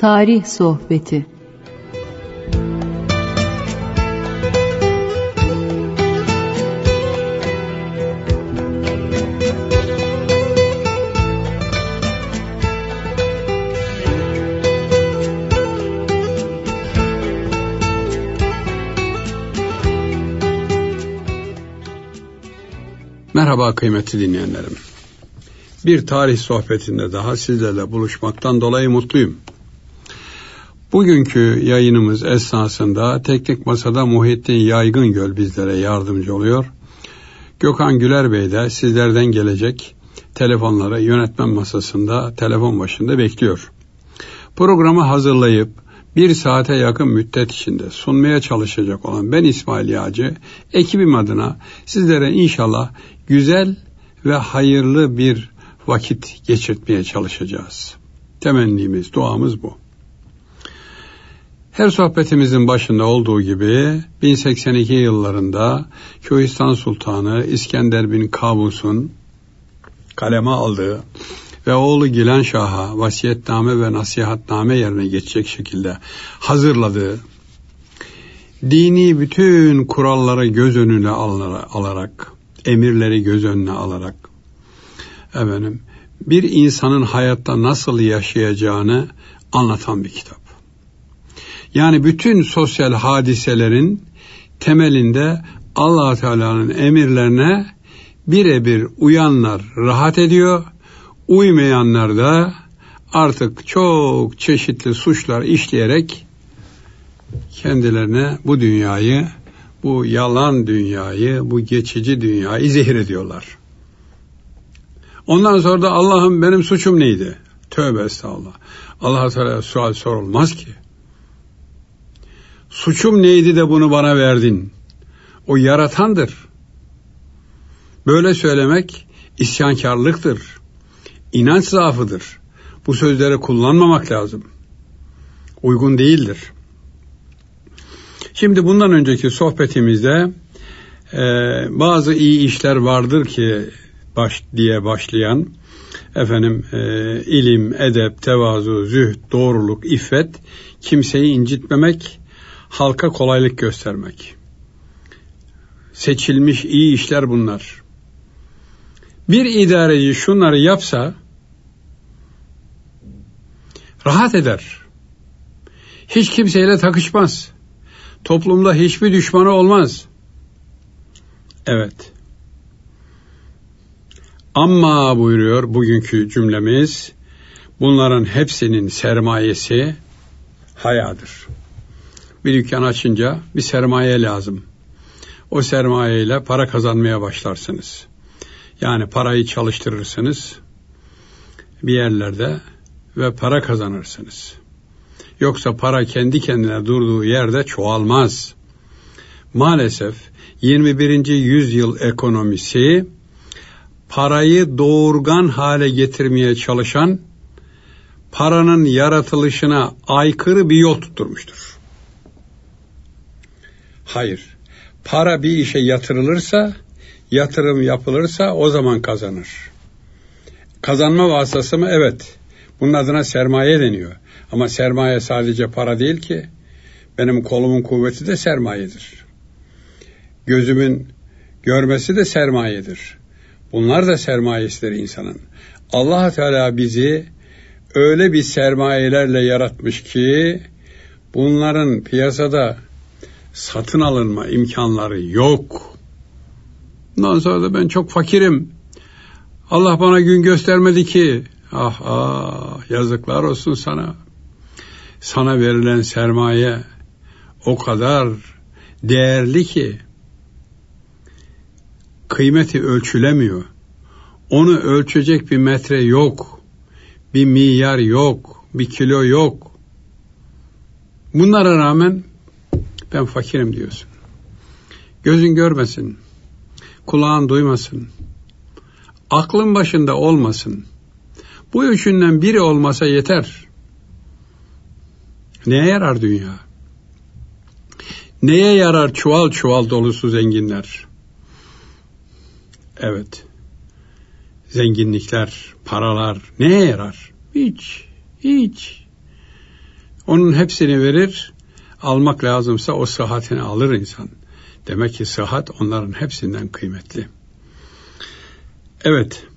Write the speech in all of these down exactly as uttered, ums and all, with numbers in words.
Tarih Sohbeti. Merhaba kıymetli dinleyenlerim. Bir tarih sohbetinde daha sizlerle buluşmaktan dolayı mutluyum. Bugünkü yayınımız esnasında Teknik Masa'da Muhittin Yaygıngöl bizlere yardımcı oluyor. Gökhan Güler Bey de sizlerden gelecek telefonları yönetmen masasında telefon başında bekliyor. Programı hazırlayıp bir saate yakın müddet içinde sunmaya çalışacak olan ben İsmail Yağcı, ekibim adına sizlere inşallah güzel ve hayırlı bir vakit geçirtmeye çalışacağız. Temennimiz, duamız bu. Her sohbetimizin başında olduğu gibi bin seksen iki yıllarında Köhistan Sultanı İskender bin Kavus'un kaleme aldığı ve oğlu Gilan Şah'a vasiyetname ve nasihatname yerine geçecek şekilde hazırladığı dini bütün kuralları göz önüne alarak, emirleri göz önüne alarak efendim, bir insanın hayatta nasıl yaşayacağını anlatan bir kitap. Yani bütün sosyal hadiselerin temelinde Allah Teala'nın emirlerine birebir uyanlar rahat ediyor, uymayanlar da artık çok çeşitli suçlar işleyerek kendilerine bu dünyayı, bu yalan dünyayı, bu geçici dünyayı zehir ediyorlar. Ondan sonra da Allah'ım benim suçum neydi? Tövbe estağfurullah. Allah Teala sual sorulmaz ki. Suçum neydi de bunu bana verdin? O yaratandır. Böyle söylemek isyankarlıktır. İnanç zaafıdır. Bu sözleri kullanmamak lazım. Uygun değildir. Şimdi bundan önceki sohbetimizde e, bazı iyi işler vardır ki baş diye başlayan efendim e, ilim, edep, tevazu, zühd, doğruluk, iffet, kimseyi incitmemek, halka kolaylık göstermek. Seçilmiş iyi işler bunlar. Bir idareci şunları yapsa rahat eder. Hiç kimseyle takışmaz. Toplumda hiçbir düşmanı olmaz. Evet. Ama buyuruyor bugünkü cümlemiz, bunların hepsinin sermayesi hayadır. Bir dükkan açınca bir sermaye lazım. O sermayeyle para kazanmaya başlarsınız. Yani parayı çalıştırırsınız bir yerlerde ve para kazanırsınız. Yoksa para kendi kendine durduğu yerde çoğalmaz. Maalesef yirmi birinci yüzyıl ekonomisi parayı doğurgan hale getirmeye çalışan, paranın yaratılışına aykırı bir yol tutturmuştur. Hayır, para bir işe yatırılırsa, yatırım yapılırsa o zaman kazanır. Kazanma vasıtası mı? Evet. Bunun adına sermaye deniyor. Ama sermaye sadece para değil ki. Benim kolumun kuvveti de sermayedir. Gözümün görmesi de sermayedir. Bunlar da sermayesidir insanın. Allah Teala bizi öyle bir sermayelerle yaratmış ki bunların piyasada satın alınma imkanları yok. Ondan sonra da ben çok fakirim. Allah bana gün göstermedi ki. Ah ah, yazıklar olsun sana. Sana verilen sermaye o kadar değerli ki kıymeti ölçülemiyor. Onu ölçecek bir metre yok. Bir milyar yok. Bir kilo yok. Bunlara rağmen ben fakirim diyorsun. Gözün görmesin. Kulağın duymasın. Aklın başında olmasın. Bu üçünden biri olmasa yeter. Neye yarar dünya? Neye yarar çuval çuval dolusu zenginler? Evet. Zenginlikler, paralar neye yarar? Hiç, hiç. Onun hepsini verir, almak lazımsa o sıhhatini alır insan. Demek ki sıhhat onların hepsinden kıymetli. Evet,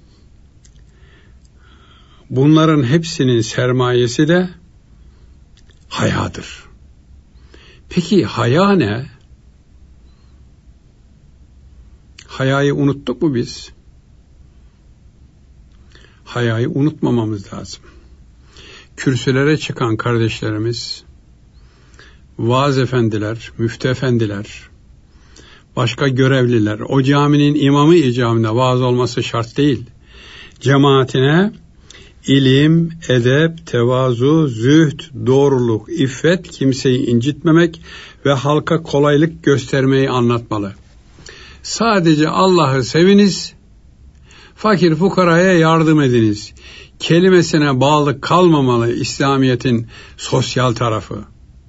bunların hepsinin sermayesi de hayadır. Peki haya ne? Hayayı unuttuk mu biz? Hayayı unutmamamız lazım. Kürsülere çıkan kardeşlerimiz, vaaz efendiler, müftü efendiler, başka görevliler, o caminin imamı icabında vaaz olması şart değil. Cemaatine ilim, edep, tevazu, zühd, doğruluk, iffet, kimseyi incitmemek ve halka kolaylık göstermeyi anlatmalı. Sadece Allah'ı seviniz, fakir fukaraya yardım ediniz kelimesine bağlı kalmamalı İslamiyet'in sosyal tarafı.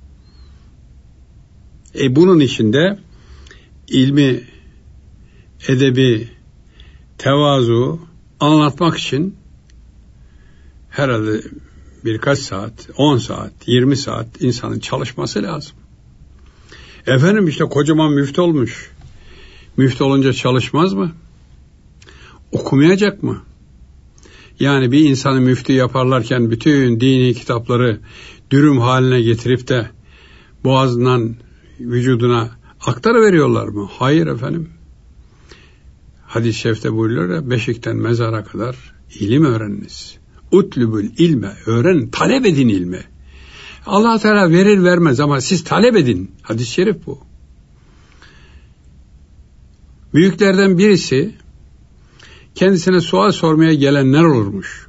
E bunun içinde ilmi, edebi, tevazu anlatmak için herhalde birkaç saat, on saat, yirmi saat insanın çalışması lazım. Efendim işte kocaman müftü olmuş. Müftü olunca çalışmaz mı? Okumayacak mı? Yani bir insanı müftü yaparlarken bütün dini kitapları dürüm haline getirip de boğazından vücuduna aktarıveriyorlar mı? Hayır efendim. Hadis-i şerifte buyuruyor ya, beşikten mezara kadar ilim öğreniniz. Utlubul ilme, öğrenin, talep edin ilmi. Allah Teala verir vermez ama siz talep edin. Hadis-i şerif bu. Büyüklerden birisi kendisine sual sormaya gelenler olurmuş.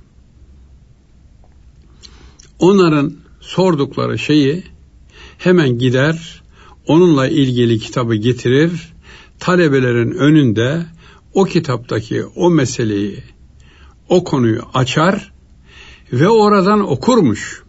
Onların sordukları şeyi hemen gider, onunla ilgili kitabı getirir, talebelerin önünde o kitaptaki o meseleyi, o konuyu açar ve oradan okurmuş.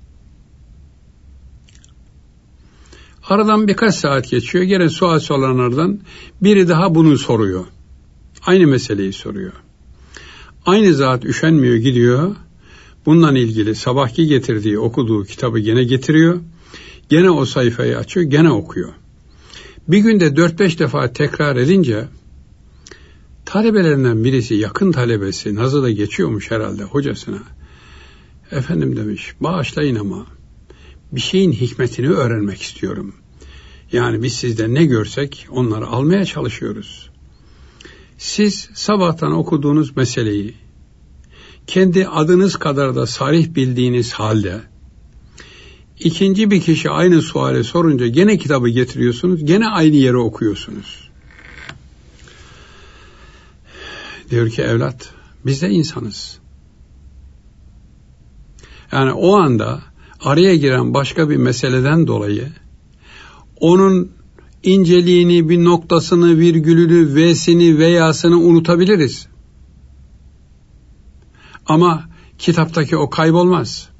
Aradan birkaç saat geçiyor, gene sual soranlardan biri daha bunu soruyor. Aynı meseleyi soruyor. Aynı zat üşenmiyor, gidiyor. Bununla ilgili sabahki getirdiği, okuduğu kitabı gene getiriyor. Gene o sayfayı açıyor, gene okuyor. Bir günde dört beş defa tekrar edince talebelerinden birisi, yakın talebesi, nazı da geçiyormuş herhalde hocasına. Efendim demiş, bağışlayın ama bir şeyin hikmetini öğrenmek istiyorum. Yani biz sizde ne görsek onları almaya çalışıyoruz. Siz sabahtan okuduğunuz meseleyi kendi adınız kadar da sarih bildiğiniz halde ikinci bir kişi aynı suali sorunca gene kitabı getiriyorsunuz, gene aynı yere okuyorsunuz. Diyor ki evlat, biz de insanız. Yani o anda araya giren başka bir meseleden dolayı onun inceliğini, bir noktasını, virgülünü, v'sini, veyasını unutabiliriz. Ama kitaptaki o kaybolmaz.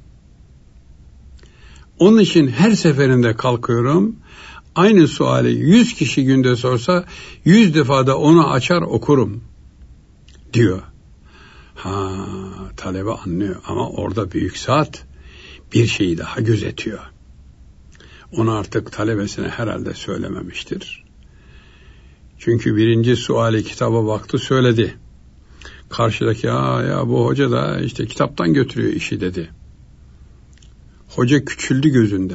Onun için her seferinde kalkıyorum, aynı suali yüz kişi günde sorsa, yüz defa da onu açar okurum, diyor. Ha, talebe anlıyor ama orada büyük zat bir şeyi daha gözetiyor. Onu artık talebesine herhalde söylememiştir. Çünkü birinci suali kitaba baktı, söyledi. Karşıdaki ya, ya bu hoca da işte kitaptan götürüyor işi dedi. Hoca küçüldü gözünde.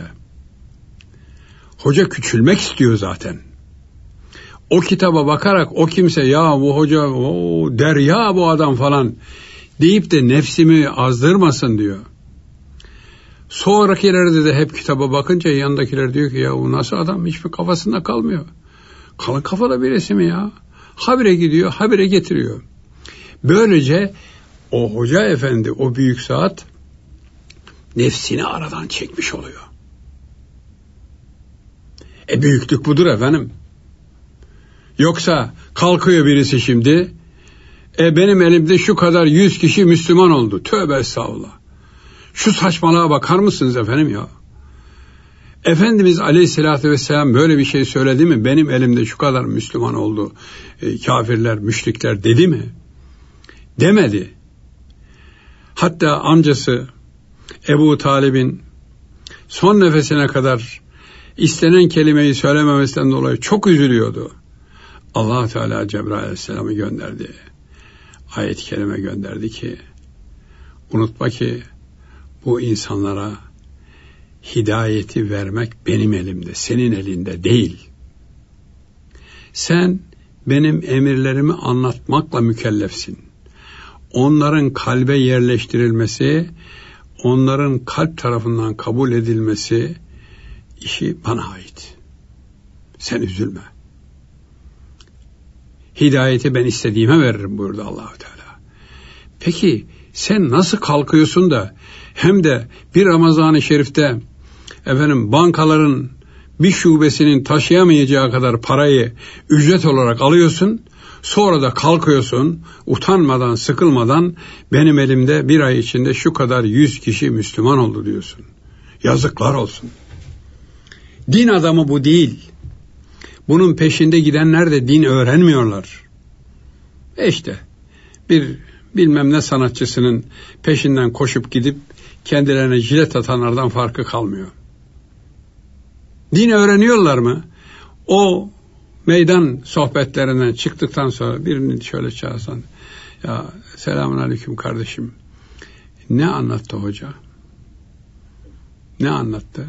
Hoca küçülmek istiyor zaten. O kitaba bakarak o kimse ya bu hoca o der ya bu adam falan deyip de nefsimi azdırmasın diyor. Sonrakilerde de hep kitaba bakınca yanındakiler diyor ki ya bu nasıl adam, hiçbir kafasında kalmıyor. Kalın kafada birisi mi ya? Habire gidiyor, habire getiriyor. Böylece o hoca efendi, o büyük zat nefsini aradan çekmiş oluyor. E büyüklük budur efendim. Yoksa kalkıyor birisi şimdi, e benim elimde şu kadar yüz kişi Müslüman oldu. Tövbe estağfurullah. Şu saçmalığa bakar mısınız efendim ya? Efendimiz Aleyhisselatü Vesselam böyle bir şey söyledi mi? Benim elimde şu kadar Müslüman oldu, e, kafirler, müşrikler dedi mi? Demedi. Hatta amcası Ebu Talib'in son nefesine kadar istenen kelimeyi söylememesinden dolayı çok üzülüyordu. Allah Teala Cebrail Aleyhisselam'ı gönderdi. Ayet-i kerime gönderdi ki, unutma ki bu insanlara hidayeti vermek benim elimde, senin elinde değil. Sen benim emirlerimi anlatmakla mükellefsin. Onların kalbe yerleştirilmesi, onların kalp tarafından kabul edilmesi işi bana ait. Sen üzülme. Hidayeti ben istediğime veririm buyurdu Allah-u Teala. Peki sen nasıl kalkıyorsun da hem de bir Ramazan-ı Şerif'te efendim bankaların bir şubesinin taşıyamayacağı kadar parayı ücret olarak alıyorsun, sonra da kalkıyorsun utanmadan, sıkılmadan benim elimde bir ay içinde şu kadar yüz kişi Müslüman oldu diyorsun. Yazıklar olsun. Din adamı bu değil. Bunun peşinde gidenler de din öğrenmiyorlar. E işte bir bilmem ne sanatçısının peşinden koşup gidip kendilerine jilet atanlardan farkı kalmıyor. Din öğreniyorlar mı? O meydan sohbetlerinden çıktıktan sonra birini şöyle çağırsan, ya selamun aleyküm kardeşim, ne anlattı hoca? Ne anlattı?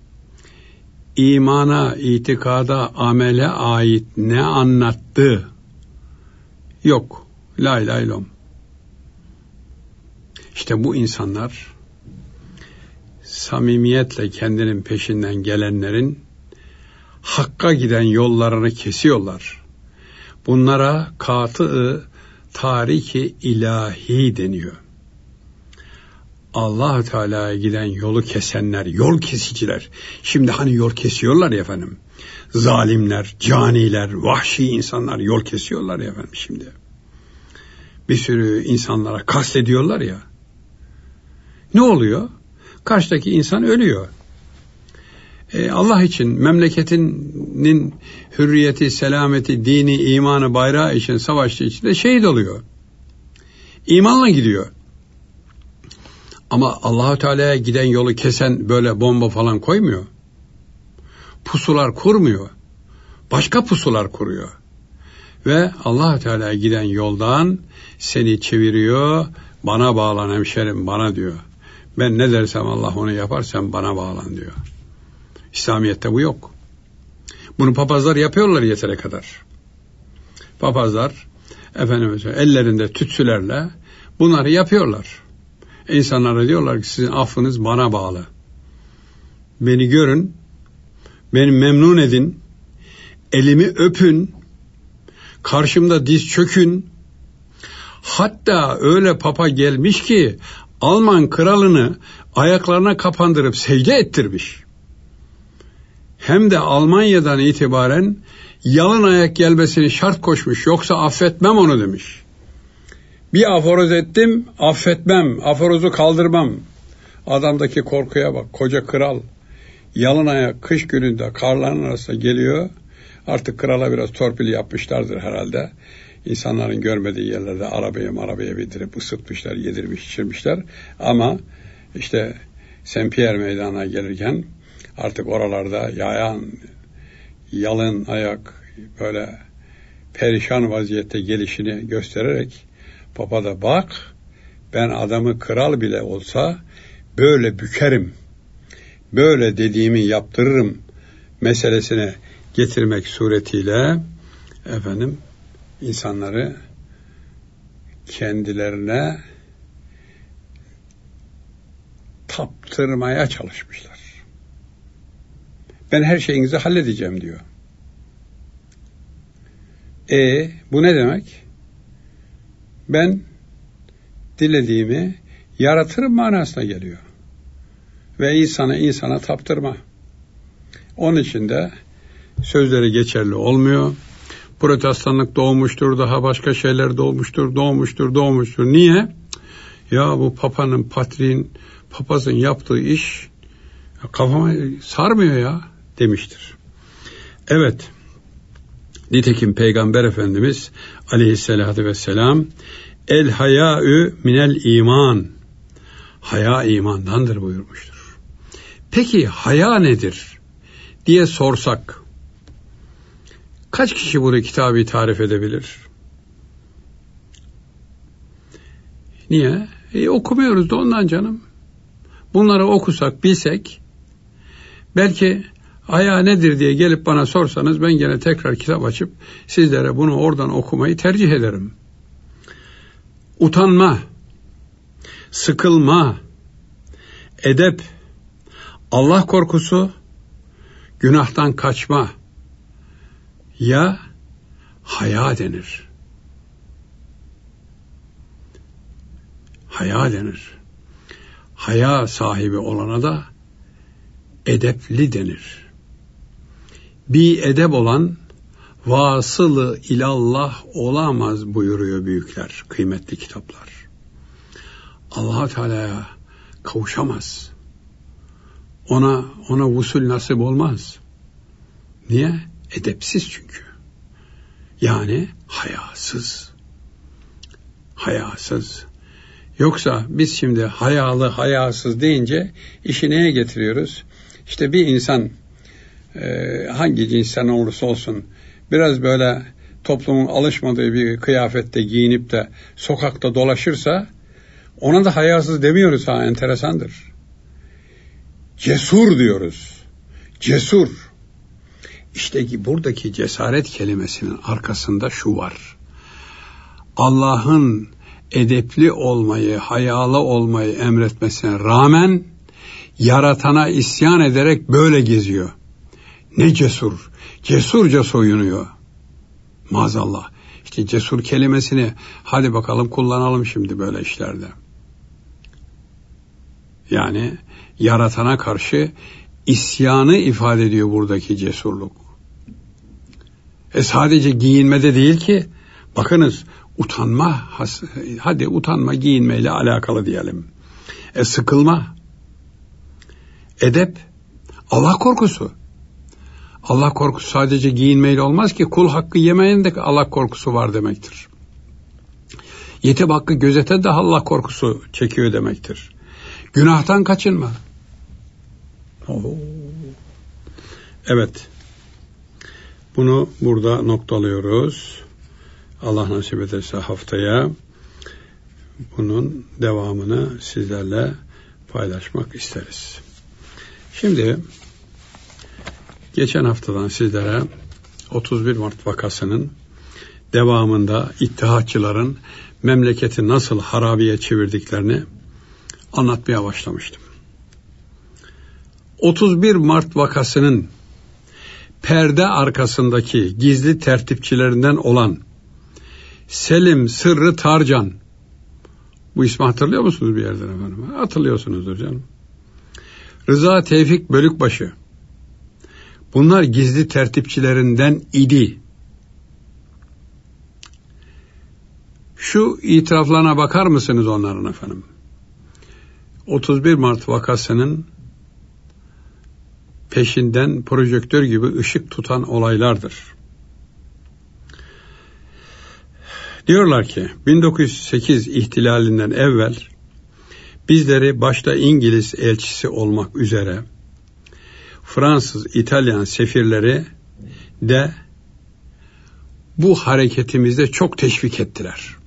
İmana, itikada, amele ait ne anlattı? Yok. Lay lay lom. İşte bu insanlar samimiyetle kendinin peşinden gelenlerin hakka giden yollarını kesiyorlar. Bunlara katı-ı tariki ilahi deniyor. Allah-u Teala'ya giden yolu kesenler, yol kesiciler. Şimdi hani yol kesiyorlar ya efendim. Zalimler, caniler, vahşi insanlar yol kesiyorlar ya efendim şimdi. Bir sürü insanlara kastediyorlar ya. Ne oluyor? Karşıdaki insan ölüyor. Ee, Allah için, memleketinin hürriyeti, selameti, dini, imanı, bayrağı için savaştığı için de şehit oluyor. İmanla gidiyor. Ama Allah-u Teala'ya giden yolu kesen böyle bomba falan koymuyor. Pusular kurmuyor. Başka pusular kuruyor. Ve Allah-u Teala'ya giden yoldan seni çeviriyor. Bana bağlan hemşerim, bana diyor. Ben ne dersem Allah onu yapar, sen bana bağlan diyor. İslamiyet'te bu yok. Bunu papazlar yapıyorlar yetere kadar. Papazlar efendim ellerinde tütsülerle bunları yapıyorlar. İnsanlara diyorlar ki sizin affınız bana bağlı. Beni görün, beni memnun edin, elimi öpün, karşımda diz çökün. Hatta öyle papa gelmiş ki Alman kralını ayaklarına kapandırıp secde ettirmiş. Hem de Almanya'dan itibaren yalın ayak gelmesini şart koşmuş, yoksa affetmem onu demiş. Bir aforoz ettim, affetmem, aforozu kaldırmam. Adamdaki korkuya bak, koca kral yalın ayak kış gününde karların arasında geliyor. Artık krala biraz torpil yapmışlardır herhalde. İnsanların görmediği yerlerde arabaya arabaya bindirip ısıtmışlar, yedirmiş, içirmişler. Ama işte Saint Pierre meydanına gelirken artık oralarda yayan, yalın ayak böyle perişan vaziyette gelişini göstererek Papa da bak, ben adamı kral bile olsa böyle bükerim, böyle dediğimi yaptırırım meselesine getirmek suretiyle efendim insanları kendilerine taptırmaya çalışmışlar. Ben her şeyinizi halledeceğim diyor. E bu ne demek? Ben dilediğimi yaratırım manasına geliyor. Ve insanı insana taptırma. Onun için de sözleri geçerli olmuyor. Protestanlık doğmuştur, daha başka şeyler doğmuştur, doğmuştur, doğmuştur. Niye? Ya bu papanın, patriğin, papazın yaptığı iş kafama sarmıyor ya demiştir. Evet. Nitekim Peygamber Efendimiz aleyhissalatü vesselam el hayâ'ü minel iman, haya imandandır buyurmuştur. Peki haya nedir diye sorsak, kaç kişi bunu kitabı tarif edebilir? Niye? E, okumuyoruz da ondan canım. Bunları okusak, bilsek, belki haya nedir diye gelip bana sorsanız, ben gene tekrar kitap açıp sizlere bunu oradan okumayı tercih ederim. Utanma, sıkılma, edep, Allah korkusu, günahtan kaçma ya haya denir. Haya denir. Haya sahibi olana da edepli denir. Bir edep olan vasılı ilallah olamaz buyuruyor büyükler, kıymetli kitaplar. Allah Teala'ya kavuşamaz. Ona ona vusul nasip olmaz. Niye? Edepsiz çünkü. Yani hayasız. Hayasız. Yoksa biz şimdi hayalı, hayasız deyince işi neye getiriyoruz? İşte bir insan e, hangi cinsten olursa olsun biraz böyle toplumun alışmadığı bir kıyafette giyinip de sokakta dolaşırsa ona da hayasız demiyoruz, ha, enteresandır. Cesur diyoruz. Cesur. İşte ki buradaki cesaret kelimesinin arkasında şu var. Allah'ın edepli olmayı, hayalı olmayı emretmesine rağmen yaratana isyan ederek böyle geziyor. Ne cesur, cesurca soyunuyor. Maazallah. İşte cesur kelimesini hadi bakalım kullanalım şimdi böyle işlerde. Yani yaratana karşı isyanı ifade ediyor buradaki cesurluk. E sadece giyinmede değil ki, bakınız, utanma, hadi utanma giyinmeyle alakalı diyelim. E sıkılma, edep, Allah korkusu. Allah korkusu sadece giyinmeyle olmaz ki, kul hakkı yemeyen de Allah korkusu var demektir. Yetim hakkı gözeten de Allah korkusu çekiyor demektir. Günahtan kaçınma. Oo. Evet. Bunu burada noktalıyoruz. Allah nasip ederse haftaya bunun devamını sizlerle paylaşmak isteriz. Şimdi geçen haftadan sizlere otuz bir Mart vakasının devamında İttihatçıların memleketi nasıl harabiye çevirdiklerini anlatmaya başlamıştım. otuz bir Mart vakasının perde arkasındaki gizli tertipçilerinden olan Selim Sırrı Tarcan, bu ismi hatırlıyor musunuz bir yerden efendim? Hatırlıyorsunuzdur canım. Rıza Tevfik Bölükbaşı, bunlar gizli tertipçilerinden idi. Şu itiraflarına bakar mısınız onların efendim? otuz bir Mart vakasının peşinden projektör gibi ışık tutan olaylardır. Diyorlar ki bin dokuz yüz sekiz ihtilalinden evvel bizleri başta İngiliz elçisi olmak üzere Fransız, İtalyan sefirleri de bu hareketimizde çok teşvik ettiler.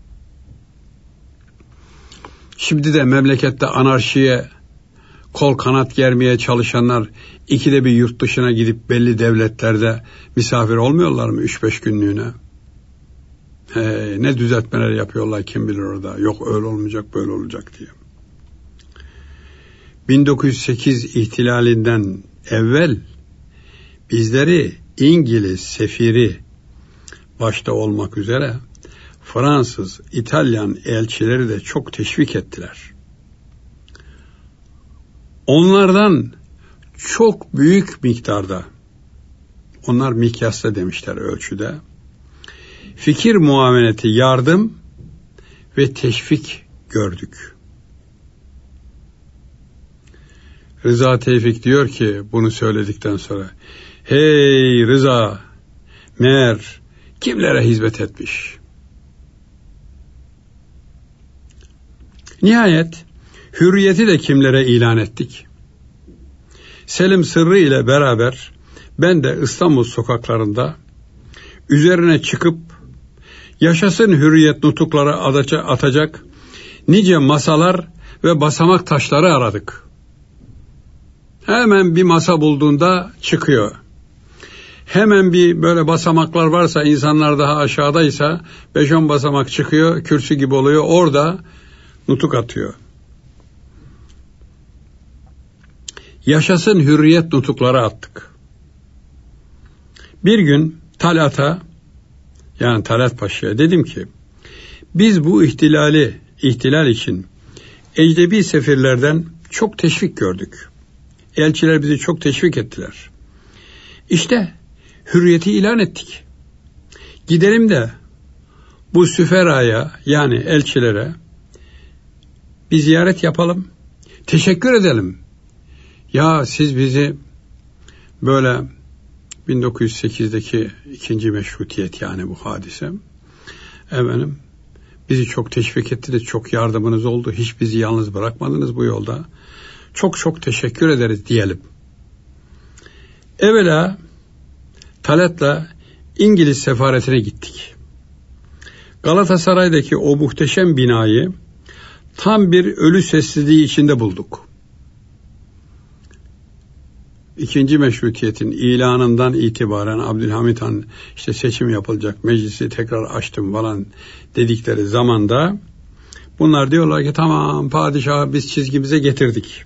Şimdi de memlekette anarşiye kol kanat germeye çalışanlar ikide bir yurt dışına gidip belli devletlerde misafir olmuyorlar mı üç beş günlüğüne? He, ne düzeltmeler yapıyorlar kim bilir orada. Yok öyle olmayacak, böyle olacak diye. bin dokuz yüz sekiz ihtilalinden evvel bizleri İngiliz sefiri başta olmak üzere Fransız, İtalyan elçileri de çok teşvik ettiler. Onlardan çok büyük miktarda, onlar mikyasla demişler ölçüde, fikir muaveneti, yardım ve teşvik gördük. Rıza Tevfik diyor ki bunu söyledikten sonra, hey Rıza, meğer kimlere hizmet etmiş. Nihayet hürriyeti de kimlere ilan ettik? Selim Sırrı ile beraber ben de İstanbul sokaklarında üzerine çıkıp yaşasın hürriyet nutukları atacak nice masalar ve basamak taşları aradık. Hemen bir masa bulduğunda çıkıyor. Hemen bir böyle basamaklar varsa, insanlar daha aşağıdaysa beş on basamak çıkıyor, kürsü gibi oluyor, orada nutuk atıyor. Yaşasın hürriyet nutukları attık. Bir gün Talat'a, yani Talat Paşa'ya dedim ki, biz bu ihtilali, ihtilal için ecnebi sefirlerden çok teşvik gördük. Elçiler bizi çok teşvik ettiler. İşte hürriyeti ilan ettik. Gidelim de bu süferaya, yani elçilere bir ziyaret yapalım. Teşekkür edelim. Ya siz bizi böyle bin dokuz yüz sekizdeki ikinci meşrutiyet, yani bu hadise, efendim, bizi çok teşvik ettiniz, çok yardımınız oldu, hiç bizi yalnız bırakmadınız bu yolda. Çok çok teşekkür ederiz diyelim. Evvela Talat'la İngiliz sefaretine gittik. Galatasaray'daki o muhteşem binayı tam bir ölü sessizliği içinde bulduk. İkinci meşrutiyetin ilanından itibaren Abdülhamit Han işte seçim yapılacak, meclisi tekrar açtım falan dedikleri zamanda bunlar diyorlar ki tamam padişahı biz çizgimize getirdik.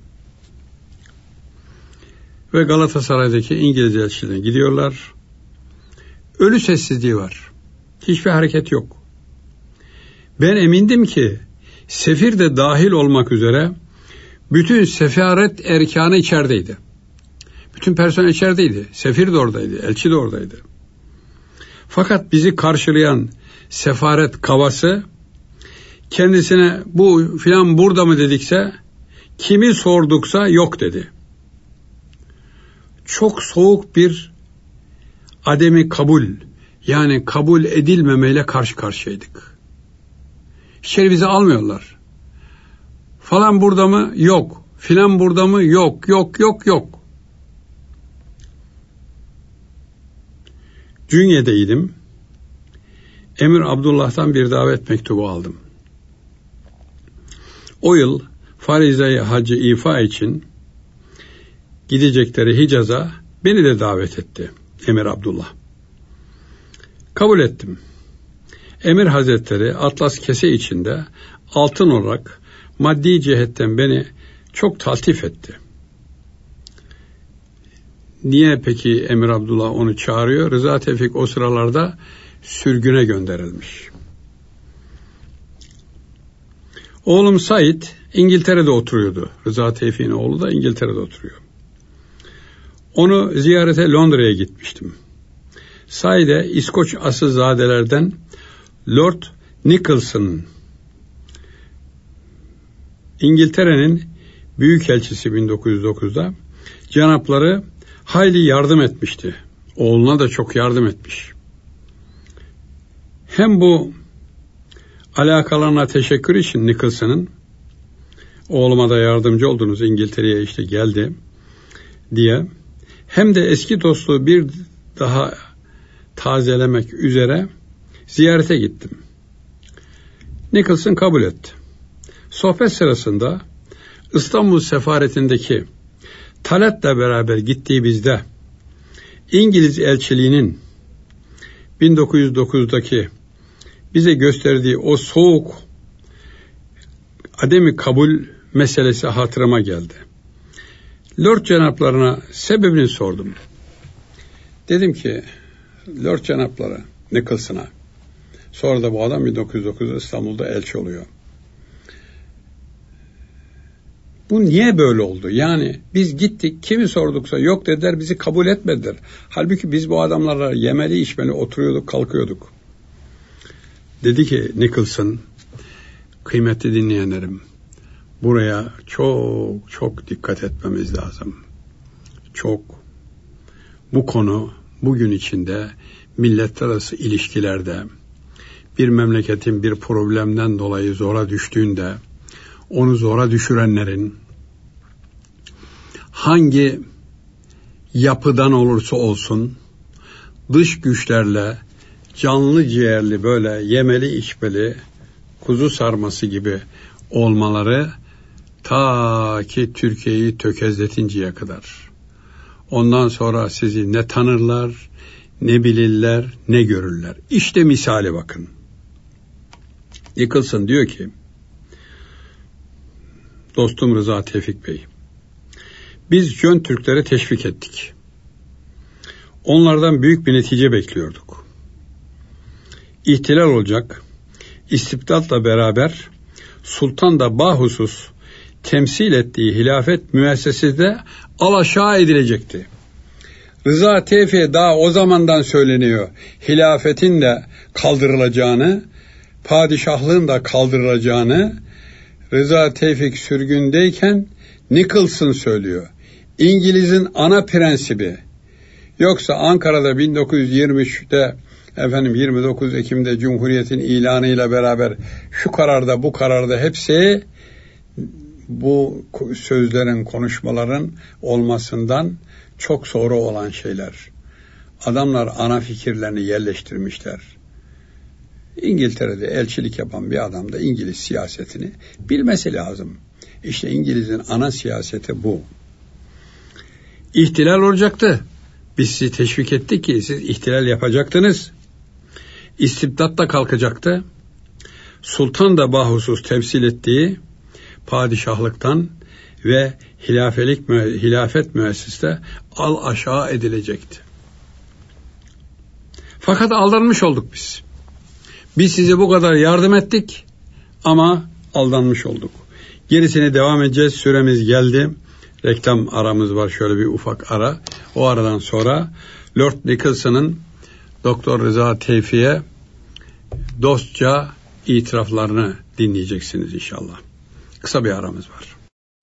Ve Galatasaray'daki İngiliz elçiliğine gidiyorlar. Ölü sessizliği var. Hiçbir hareket yok. Ben emindim ki sefir de dahil olmak üzere bütün sefaret erkanı içerideydi. Bütün personel içerideydi. Sefir de oradaydı, elçi de oradaydı. Fakat bizi karşılayan sefaret kavası kendisine bu filan burada mı dedikse, kimi sorduksa yok dedi. Çok soğuk bir ademi kabul, yani kabul edilmemeyle karşı karşıyaydık. İçeri bizi almıyorlar. Falan burada mı? Yok. Filan burada mı? Yok, yok, yok, yok. Cünye'deydim. Emir Abdullah'tan bir davet mektubu aldım. O yıl Farize-i Hacı ifa için gidecekleri Hicaz'a beni de davet etti Emir Abdullah. Kabul ettim. Emir Hazretleri Atlas kese içinde altın olarak maddi cihetten beni çok taltif etti. Niye peki Emir Abdullah onu çağırıyor? Rıza Tevfik o sıralarda sürgüne gönderilmiş. Oğlum Said İngiltere'de oturuyordu. Rıza Tevfik'in oğlu da İngiltere'de oturuyor. Onu ziyarete Londra'ya gitmiştim. Said'e İskoç asılzadelerden Lord Nicholson, İngiltere'nin büyükelçisi bin dokuz yüz dokuzda, canapları hayli yardım etmişti. Oğluna da çok yardım etmiş. Hem bu alakalarına teşekkür için Nicholson'ın, oğluma da yardımcı oldunuz, İngiltere'ye işte geldi diye, hem de eski dostluğu bir daha tazelemek üzere ziyarete gittim. Nicholson kabul etti. Sohbet sırasında İstanbul sefaretindeki Talat'la beraber gittiğimizde İngiliz elçiliğinin bin dokuz yüz dokuzdaki bize gösterdiği o soğuk ademi kabul meselesi hatırıma geldi. Lord Cenaplarına sebebini sordum. Dedim ki Lord Cenapları Nicholson'a, sonra da bu adam bin dokuz yüz dokuzda İstanbul'da elçi oluyor. Bu niye böyle oldu? Yani biz gittik, kimi sorduksa yok dediler, bizi kabul etmediler. Halbuki biz bu adamlarla yemeli içmeli oturuyorduk, kalkıyorduk. Dedi ki Nicholson, kıymetli dinleyenlerim, buraya çok çok dikkat etmemiz lazım. Çok. Bu konu bugün içinde milletler arası ilişkilerde bir memleketin bir problemden dolayı zora düştüğünde onu zora düşürenlerin hangi yapıdan olursa olsun, dış güçlerle canlı ciğerli böyle yemeli içmeli kuzu sarması gibi olmaları ta ki Türkiye'yi tökezletinceye kadar. Ondan sonra sizi ne tanırlar, ne bilirler, ne görürler. İşte misali bakın. Nicholson diyor ki, dostum Rıza Tevfik Bey, biz Jön Türkleri teşvik ettik. Onlardan büyük bir netice bekliyorduk. İhtilal olacak, istibdatla beraber sultan da bahusus temsil ettiği hilafet müessesesi de alaşağı edilecekti. Rıza Tevfik'e daha o zamandan söyleniyor, hilafetin de kaldırılacağını, padişahlığın da kaldırılacağını. Rıza Tevfik sürgündeyken Nicholson söylüyor. İngiliz'in ana prensibi. Yoksa Ankara'da bin dokuz yüz yirmi üçte efendim yirmi dokuz Ekim'de Cumhuriyet'in ilanıyla beraber şu kararda bu kararda hepsi bu sözlerin, konuşmaların olmasından çok sonra olan şeyler. Adamlar ana fikirlerini yerleştirmişler. İngiltere'de elçilik yapan bir adam da İngiliz siyasetini bilmesi lazım. İşte İngiliz'in ana siyaseti bu. İhtilal olacaktı. Biz sizi teşvik ettik ki siz ihtilal yapacaktınız. İstibdat da kalkacaktı. Sultan da bahusus temsil ettiği padişahlıktan ve hilafelik, hilafet müessesesi al aşağı edilecekti. Fakat aldanmış olduk biz. Biz size bu kadar yardım ettik ama aldanmış olduk. Gerisine devam edeceğiz. Süremiz geldi. Reklam aramız var, şöyle bir ufak ara. O aradan sonra Lord Nicholson'ın Doktor Rıza Tevfik'e dostça itiraflarını dinleyeceksiniz inşallah. Kısa bir aramız var.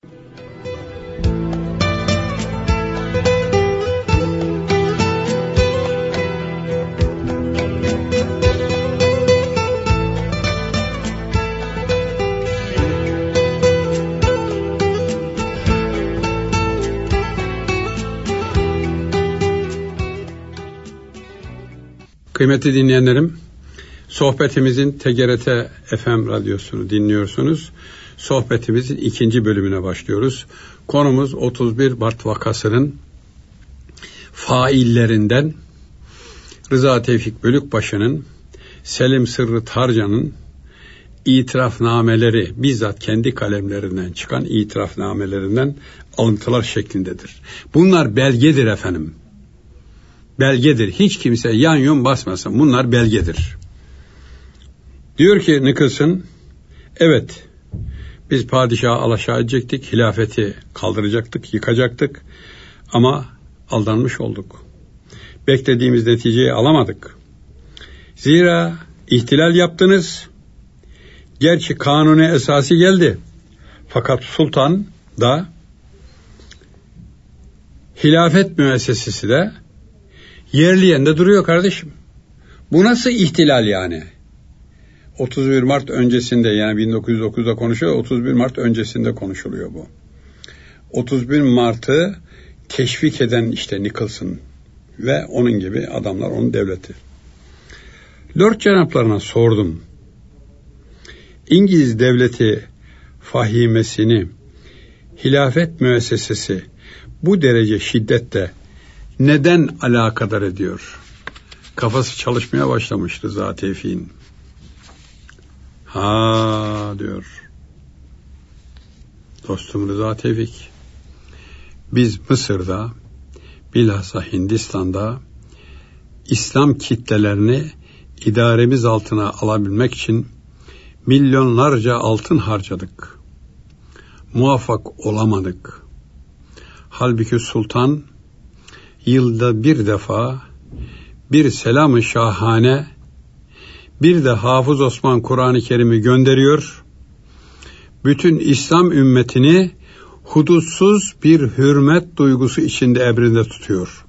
Kıymetli dinleyenlerim, sohbetimizin T G R T F M radyosunu dinliyorsunuz. Sohbetimizin ikinci bölümüne başlıyoruz. Konumuz otuz bir Mart vakasının faillerinden Rıza Tevfik Bölükbaşı'nın, Selim Sırrı Tarcan'ın itirafnameleri, bizzat kendi kalemlerinden çıkan itirafnamelerinden alıntılar şeklindedir. Bunlar belgedir efendim. Belgedir. Hiç kimse yan yum basmasın. Bunlar belgedir. Diyor ki Nicholson, evet biz padişahı alaşağı edecektik, hilafeti kaldıracaktık, yıkacaktık ama aldanmış olduk. Beklediğimiz neticeyi alamadık. Zira ihtilal yaptınız. Gerçi kanuni esası geldi. Fakat sultan da hilafet müessesesi de yerli yerinde duruyor kardeşim. Bu nasıl ihtilal yani? otuz bir Mart öncesinde, yani bin dokuz yüz dokuzda konuşuyor, otuz bir Mart öncesinde konuşuluyor bu. otuz bir Mart'ı teşvik eden işte Nicholson ve onun gibi adamlar, onun devleti. Lord cenaplarına sordum. İngiliz devleti fahimesini hilafet müessesesi bu derece şiddetle neden alakadar ediyor? Kafası çalışmaya başlamıştı Rıza Tevfik'in. Ha diyor. Dostum Rıza Tevfik, biz Mısır'da, bilhassa Hindistan'da İslam kitlelerini idaremiz altına alabilmek için milyonlarca altın harcadık. Muvaffak olamadık. Halbuki sultan yılda bir defa bir selam-ı şahane, bir de Hafız Osman Kur'an-ı Kerim'i gönderiyor. Bütün İslam ümmetini hudutsuz bir hürmet duygusu içinde emrinde tutuyor.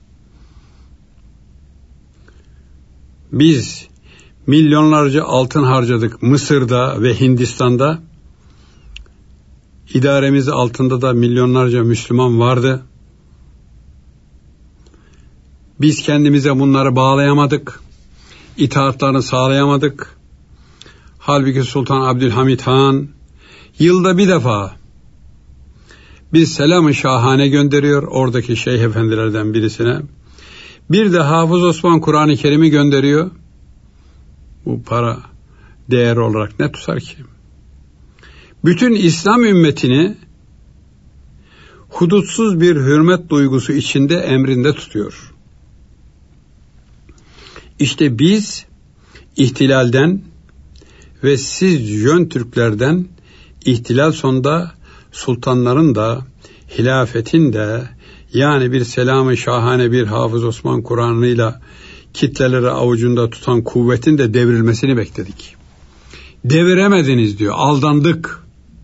Biz milyonlarca altın harcadık Mısır'da ve Hindistan'da. İdaremiz altında da milyonlarca Müslüman vardı. Biz kendimize bunları bağlayamadık. İtaatlarını sağlayamadık. Halbuki Sultan Abdülhamit Han yılda bir defa bir selam-ı şahane gönderiyor oradaki şeyh efendilerden birisine. Bir de Hafız Osman Kur'an-ı Kerim'i gönderiyor. Bu para değer olarak ne tutar ki? Bütün İslam ümmetini hudutsuz bir hürmet duygusu içinde emrinde tutuyor. İşte biz ihtilalden ve siz Jön Türklerden ihtilal sonunda sultanların da hilafetin de yani bir selam-ı şahane bir Hafız Osman Kur'an'ıyla kitleleri avucunda tutan kuvvetin de devrilmesini bekledik. Deviremediniz diyor, aldandık.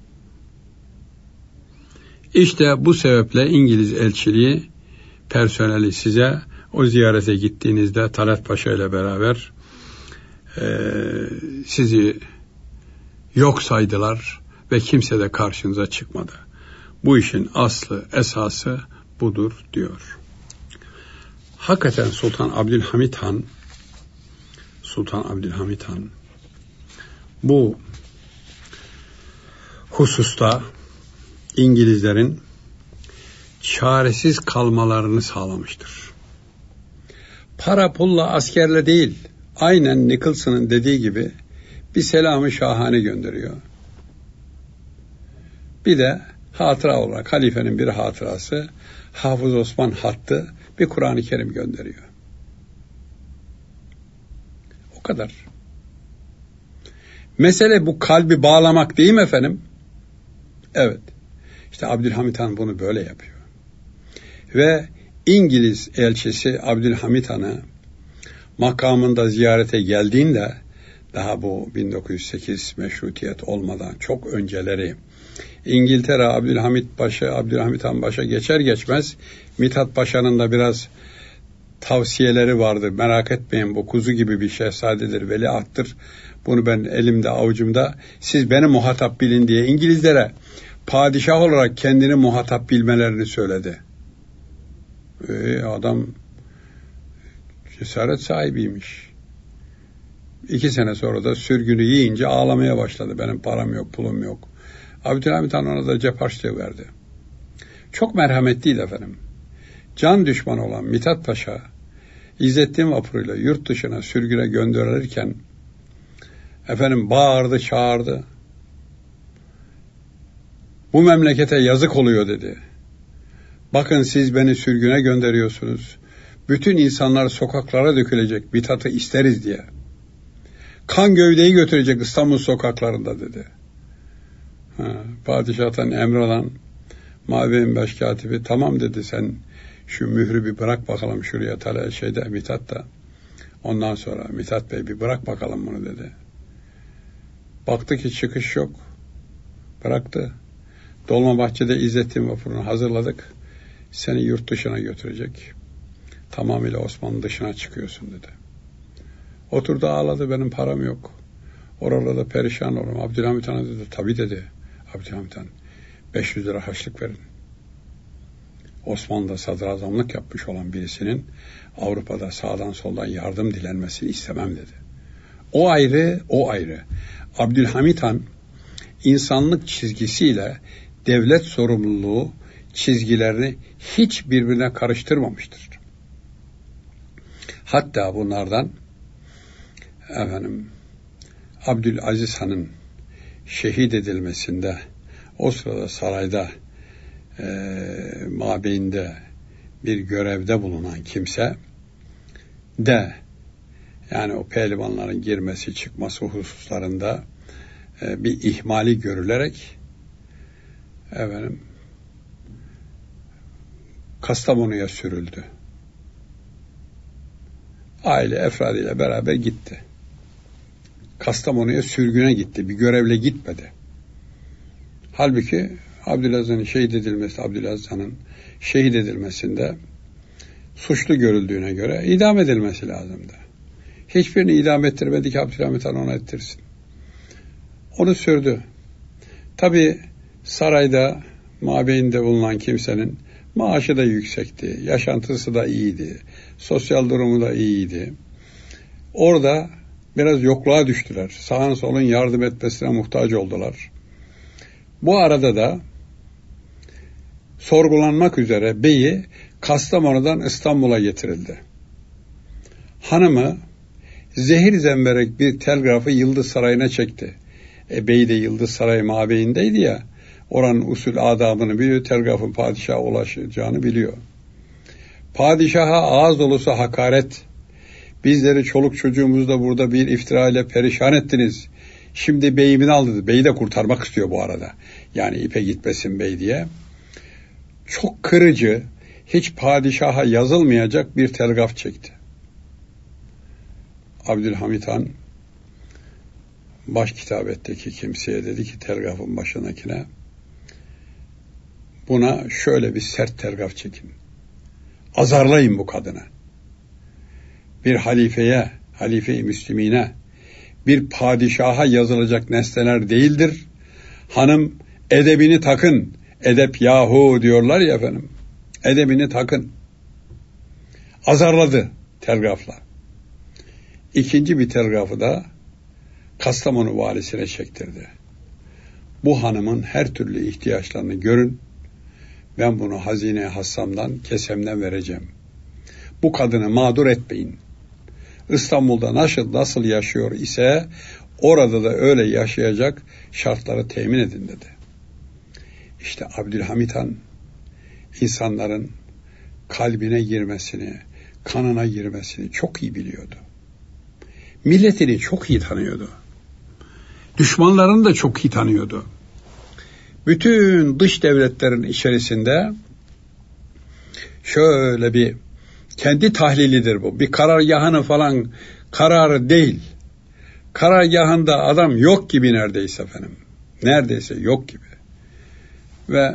İşte bu sebeple İngiliz elçiliği personeli size o ziyarete gittiğinizde Talat Paşa ile beraber e, sizi yok saydılar ve kimse de karşınıza çıkmadı. Bu işin aslı, esası budur diyor. Hakikaten Sultan Abdülhamit Han, Sultan Abdülhamit Han bu hususta İngilizlerin çaresiz kalmalarını sağlamıştır. Para pulla, askerle değil, aynen Nicholson'ın dediği gibi bir selamı şahane gönderiyor. Bir de hatıra olarak halifenin bir hatırası Hafız Osman hattı bir Kur'an-ı Kerim gönderiyor. O kadar. Mesele bu kalbi bağlamak değil mi efendim? Evet. İşte Abdülhamit Han bunu böyle yapıyor. Ve İngiliz elçisi Abdülhamit Han'ı makamında ziyarete geldiğinde, daha bu bin dokuz yüz sekiz meşrutiyet olmadan çok önceleri, İngiltere Abdülhamit Paşa, Abdülhamit Han Paşa geçer geçmez Mithat Paşa'nın da biraz tavsiyeleri vardı. Merak etmeyin, bu kuzu gibi bir şehzadedir, veliahttır. Bunu ben elimde avucumda, siz beni muhatap bilin diye İngilizlere padişah olarak kendini muhatap bilmelerini söyledi. Ee, adam cesaret sahibiymiş. İki sene sonra da sürgünü yiyince ağlamaya başladı. Benim param yok, pulum yok. Abdülhamit Han ona da cep harçlığı verdi. Çok merhametliydi efendim. Can düşmanı olan Mithat Paşa, İzzettin vapuruyla yurt dışına sürgüne gönderilirken efendim bağırdı, çağırdı. Bu memlekete yazık oluyor dedi. Bakın siz beni sürgüne gönderiyorsunuz. Bütün insanlar sokaklara dökülecek, Mithat'ı isteriz diye. Kan gövdeyi götürecek İstanbul sokaklarında dedi. Ha, padişahtan emralan Mabeyin Başkatibi tamam dedi, sen şu mührü bir bırak bakalım şuraya tala şeyde Mithat da. Ondan sonra Mithat Bey bir bırak bakalım bunu dedi. Baktı ki çıkış yok. Bıraktı. Dolmabahçe'de İzzettin vapurunu hazırladık. Seni yurt dışına götürecek. Tamamıyla Osmanlı dışına çıkıyorsun dedi. Oturdu ağladı, benim param yok. Oralarda perişan olurum. Abdülhamit Han'a dedi, tabii dedi. Abdülhamit Han, beş yüz lira harçlık verin. Osmanlı'da sadrazamlık yapmış olan birisinin Avrupa'da sağdan soldan yardım dilenmesini istemem dedi. O ayrı, o ayrı. Abdülhamit Han insanlık çizgisiyle devlet sorumluluğu çizgilerini hiç birbirine karıştırmamıştır. Hatta bunlardan efendim Abdülaziz Han'ın şehit edilmesinde o sırada sarayda e, mabeyinde bir görevde bulunan kimse de yani o pehlivanların girmesi çıkması hususlarında e, bir ihmali görülerek efendim Kastamonu'ya sürüldü. Aile efradıyla beraber gitti. Kastamonu'ya sürgüne gitti. Bir görevle gitmedi. Halbuki Abdülaziz'in şehit edilmesi, Abdülaziz Han'ın şehit edilmesinde suçlu görüldüğüne göre idam edilmesi lazımdı. Hiçbirini idam ettirmedi ki Abdülhamit Han ona ettirsin. Onu sürdü. Tabii sarayda, mabeyinde bulunan kimsenin maaşı da yüksekti, yaşantısı da iyiydi, Sosyal durumu da iyiydi. Orada biraz yokluğa düştüler. Sağın solun yardım etmesine muhtaç oldular. Bu arada da sorgulanmak üzere beyi Kastamonu'dan İstanbul'a getirildi. Hanımı zehir zemberek bir telgrafı Yıldız Sarayı'na çekti. E, bey de Yıldız Sarayı mabeyindeydi ya, oranın usul adabını biliyor, telgrafın padişaha ulaşacağını biliyor. Padişaha ağız dolusu hakaret, bizleri çoluk çocuğumuzu da burada bir iftira ile perişan ettiniz. Şimdi beyimin aldı. Beyi de kurtarmak istiyor bu arada. Yani ipe gitmesin bey diye. Çok kırıcı, hiç padişaha yazılmayacak bir telgraf çekti. Abdülhamit Han baş kitabetteki kimseye dedi ki, telgrafın başındakine, buna şöyle bir sert telgraf çekin. Azarlayın bu kadını. Bir halifeye, halife-i müslimine, bir padişaha yazılacak nesneler değildir. Hanım, edebini takın. Edep yahu diyorlar ya efendim. Edebini takın. Azarladı telgrafla. İkinci bir telgrafı da Kastamonu valisine çektirdi. Bu hanımın her türlü ihtiyaçlarını görün. Ben bunu hazine hassamdan, kesemden vereceğim. Bu kadını mağdur etmeyin. İstanbul'da nasıl, nasıl yaşıyor ise orada da öyle yaşayacak şartları temin edin dedi. İşte Abdülhamit Han insanların kalbine girmesini, kanına girmesini çok iyi biliyordu. Milletini çok iyi tanıyordu. Düşmanlarını da çok iyi tanıyordu. Bütün dış devletlerin içerisinde şöyle bir kendi tahlilidir bu. Bir karargahını falan kararı değil. Karargahında adam yok gibi neredeyse efendim. Neredeyse yok gibi. Ve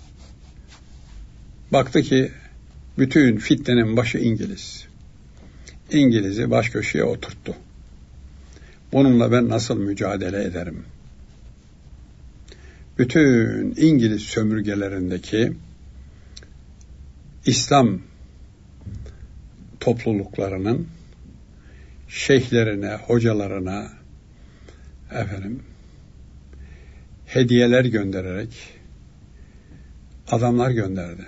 baktı ki bütün fitnenin başı İngiliz. İngiliz'i baş köşeye oturttu. Bununla ben nasıl mücadele ederim? Bütün İngiliz sömürgelerindeki İslam topluluklarının şeyhlerine, hocalarına efendim hediyeler göndererek adamlar gönderdi.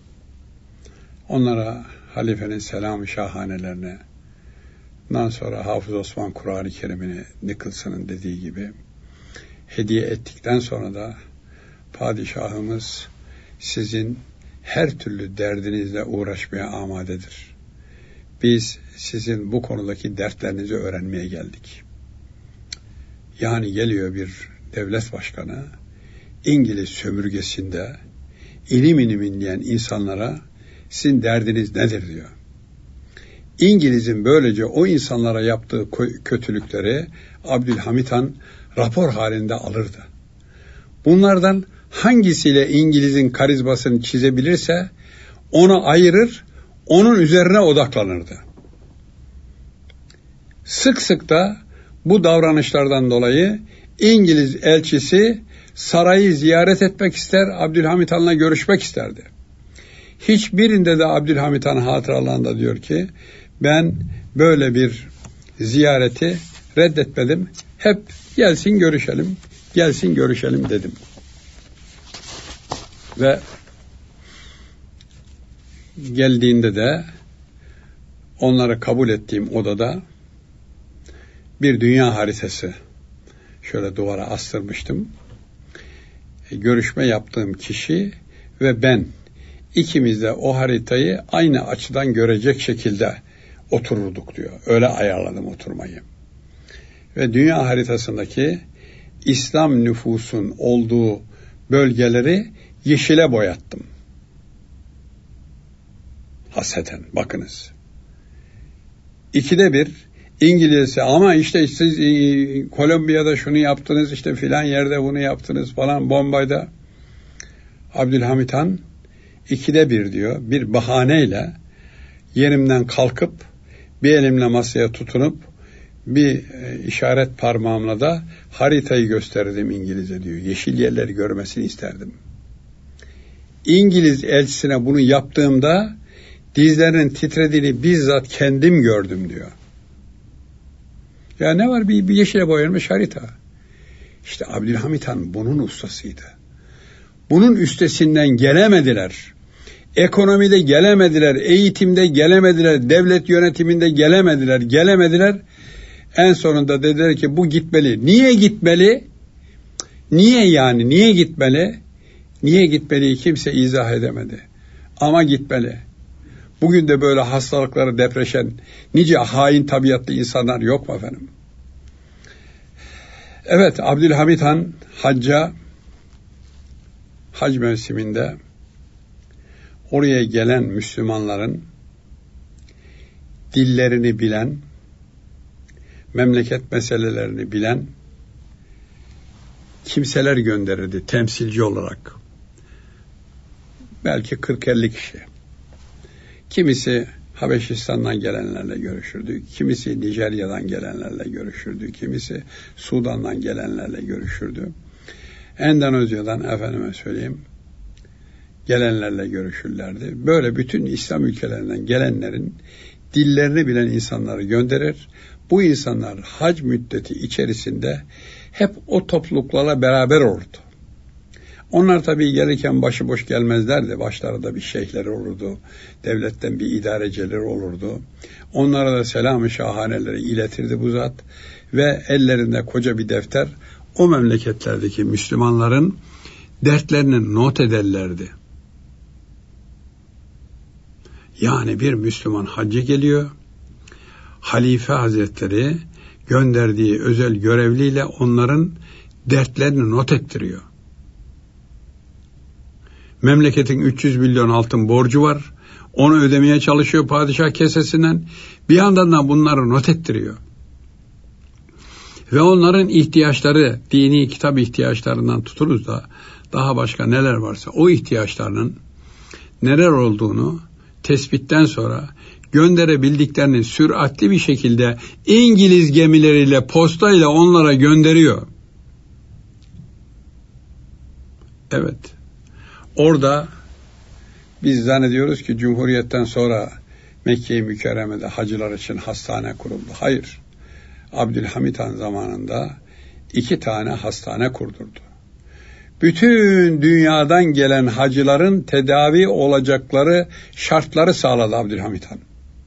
Onlara halifenin selam-ı şahanelerine, ondan sonra Hafız Osman Kur'an-ı Kerim'ini Nicholson'ın dediği gibi hediye ettikten sonra da padişahımız sizin her türlü derdinizle uğraşmaya amadedir. Biz sizin bu konudaki dertlerinizi öğrenmeye geldik. Yani geliyor bir devlet başkanı, İngiliz sömürgesinde ilim ilim inleyen insanlara sizin derdiniz nedir diyor. İngiliz'in böylece o insanlara yaptığı kötülükleri Abdülhamit Han rapor halinde alırdı. Bunlardan hangisiyle İngiliz'in karizmasını çizebilirse onu ayırır, onun üzerine odaklanırdı. Sık sık da bu davranışlardan dolayı İngiliz elçisi sarayı ziyaret etmek ister, Abdülhamit Han'la görüşmek isterdi. Hiçbirinde de Abdülhamit Han hatıralarında diyor ki, ben böyle bir ziyareti reddetmedim. Hep gelsin görüşelim, gelsin görüşelim dedim. Ve geldiğinde de onları kabul ettiğim odada bir dünya haritası şöyle duvara astırmıştım. Görüşme yaptığım kişi ve ben ikimiz de o haritayı aynı açıdan görecek şekilde otururduk diyor. Öyle ayarladım oturmayı. Ve dünya haritasındaki İslam nüfusun olduğu bölgeleri yeşile boyattım. Haseten bakınız. İkide bir İngilizce ama işte siz e, Kolombiya'da şunu yaptınız, işte filan yerde bunu yaptınız falan, Bombay'da. Abdülhamit Han ikide bir diyor bir bahaneyle yerimden kalkıp bir elimle masaya tutunup bir e, işaret parmağımla da haritayı gösterdim İngiliz'e diyor. Yeşil yerleri görmesini isterdim. İngiliz elçisine bunu yaptığımda Dizlerinin titrediğini bizzat kendim gördüm diyor. Ya ne var, bir, bir yeşile boyanmış harita. İşte Abdülhamit Han bunun ustasıydı. Bunun üstesinden gelemediler. Ekonomide gelemediler, eğitimde gelemediler, devlet yönetiminde gelemediler, gelemediler. En sonunda dediler ki bu gitmeli. Niye gitmeli? Niye yani? Niye gitmeli? Niye gitmeliyi kimse izah edemedi. Ama gitmeli. Bugün de böyle hastalıkları depreşen nice hain tabiatlı insanlar yok mu efendim? Evet, Abdülhamit Han hacca, hac mevsiminde oraya gelen Müslümanların dillerini bilen, memleket meselelerini bilen kimseler gönderirdi temsilci olarak. Belki kırk elli kişi. Kimisi Habeşistan'dan gelenlerle görüşürdü, kimisi Nijerya'dan gelenlerle görüşürdü, kimisi Sudan'dan gelenlerle görüşürdü. Endonezya'dan efendime söyleyeyim gelenlerle görüşürlerdi. Böyle bütün İslam ülkelerinden gelenlerin dillerini bilen insanları gönderir. Bu insanlar hac müddeti içerisinde hep o topluluklarla beraber olurdu. Onlar tabii gelirken başıboş gelmezlerdi. Başlarında bir şeyhleri olurdu. Devletten bir idarecileri olurdu. Onlara da selam-ı şahaneleri iletirdi bu zat. Ve ellerinde koca bir defter o memleketlerdeki Müslümanların dertlerini not ederlerdi. Yani bir Müslüman hacca geliyor. Halife Hazretleri gönderdiği özel görevliyle onların dertlerini not ettiriyor. Memleketin üç yüz milyon altın borcu var. Onu ödemeye çalışıyor padişah kesesinden. Bir yandan da bunları not ettiriyor. Ve onların ihtiyaçları, dini kitap ihtiyaçlarından tuturuz da daha başka neler varsa o ihtiyaçlarının neler olduğunu tespitten sonra gönderebildiklerini süratli bir şekilde İngiliz gemileriyle, postayla onlara gönderiyor. Evet. Orada biz zannediyoruz ki Cumhuriyet'ten sonra Mekke-i Mükerreme'de hacılar için hastane kuruldu. Hayır. Abdülhamit Han zamanında iki tane hastane kurdurdu. Bütün dünyadan gelen hacıların tedavi olacakları şartları sağladı Abdülhamit Han.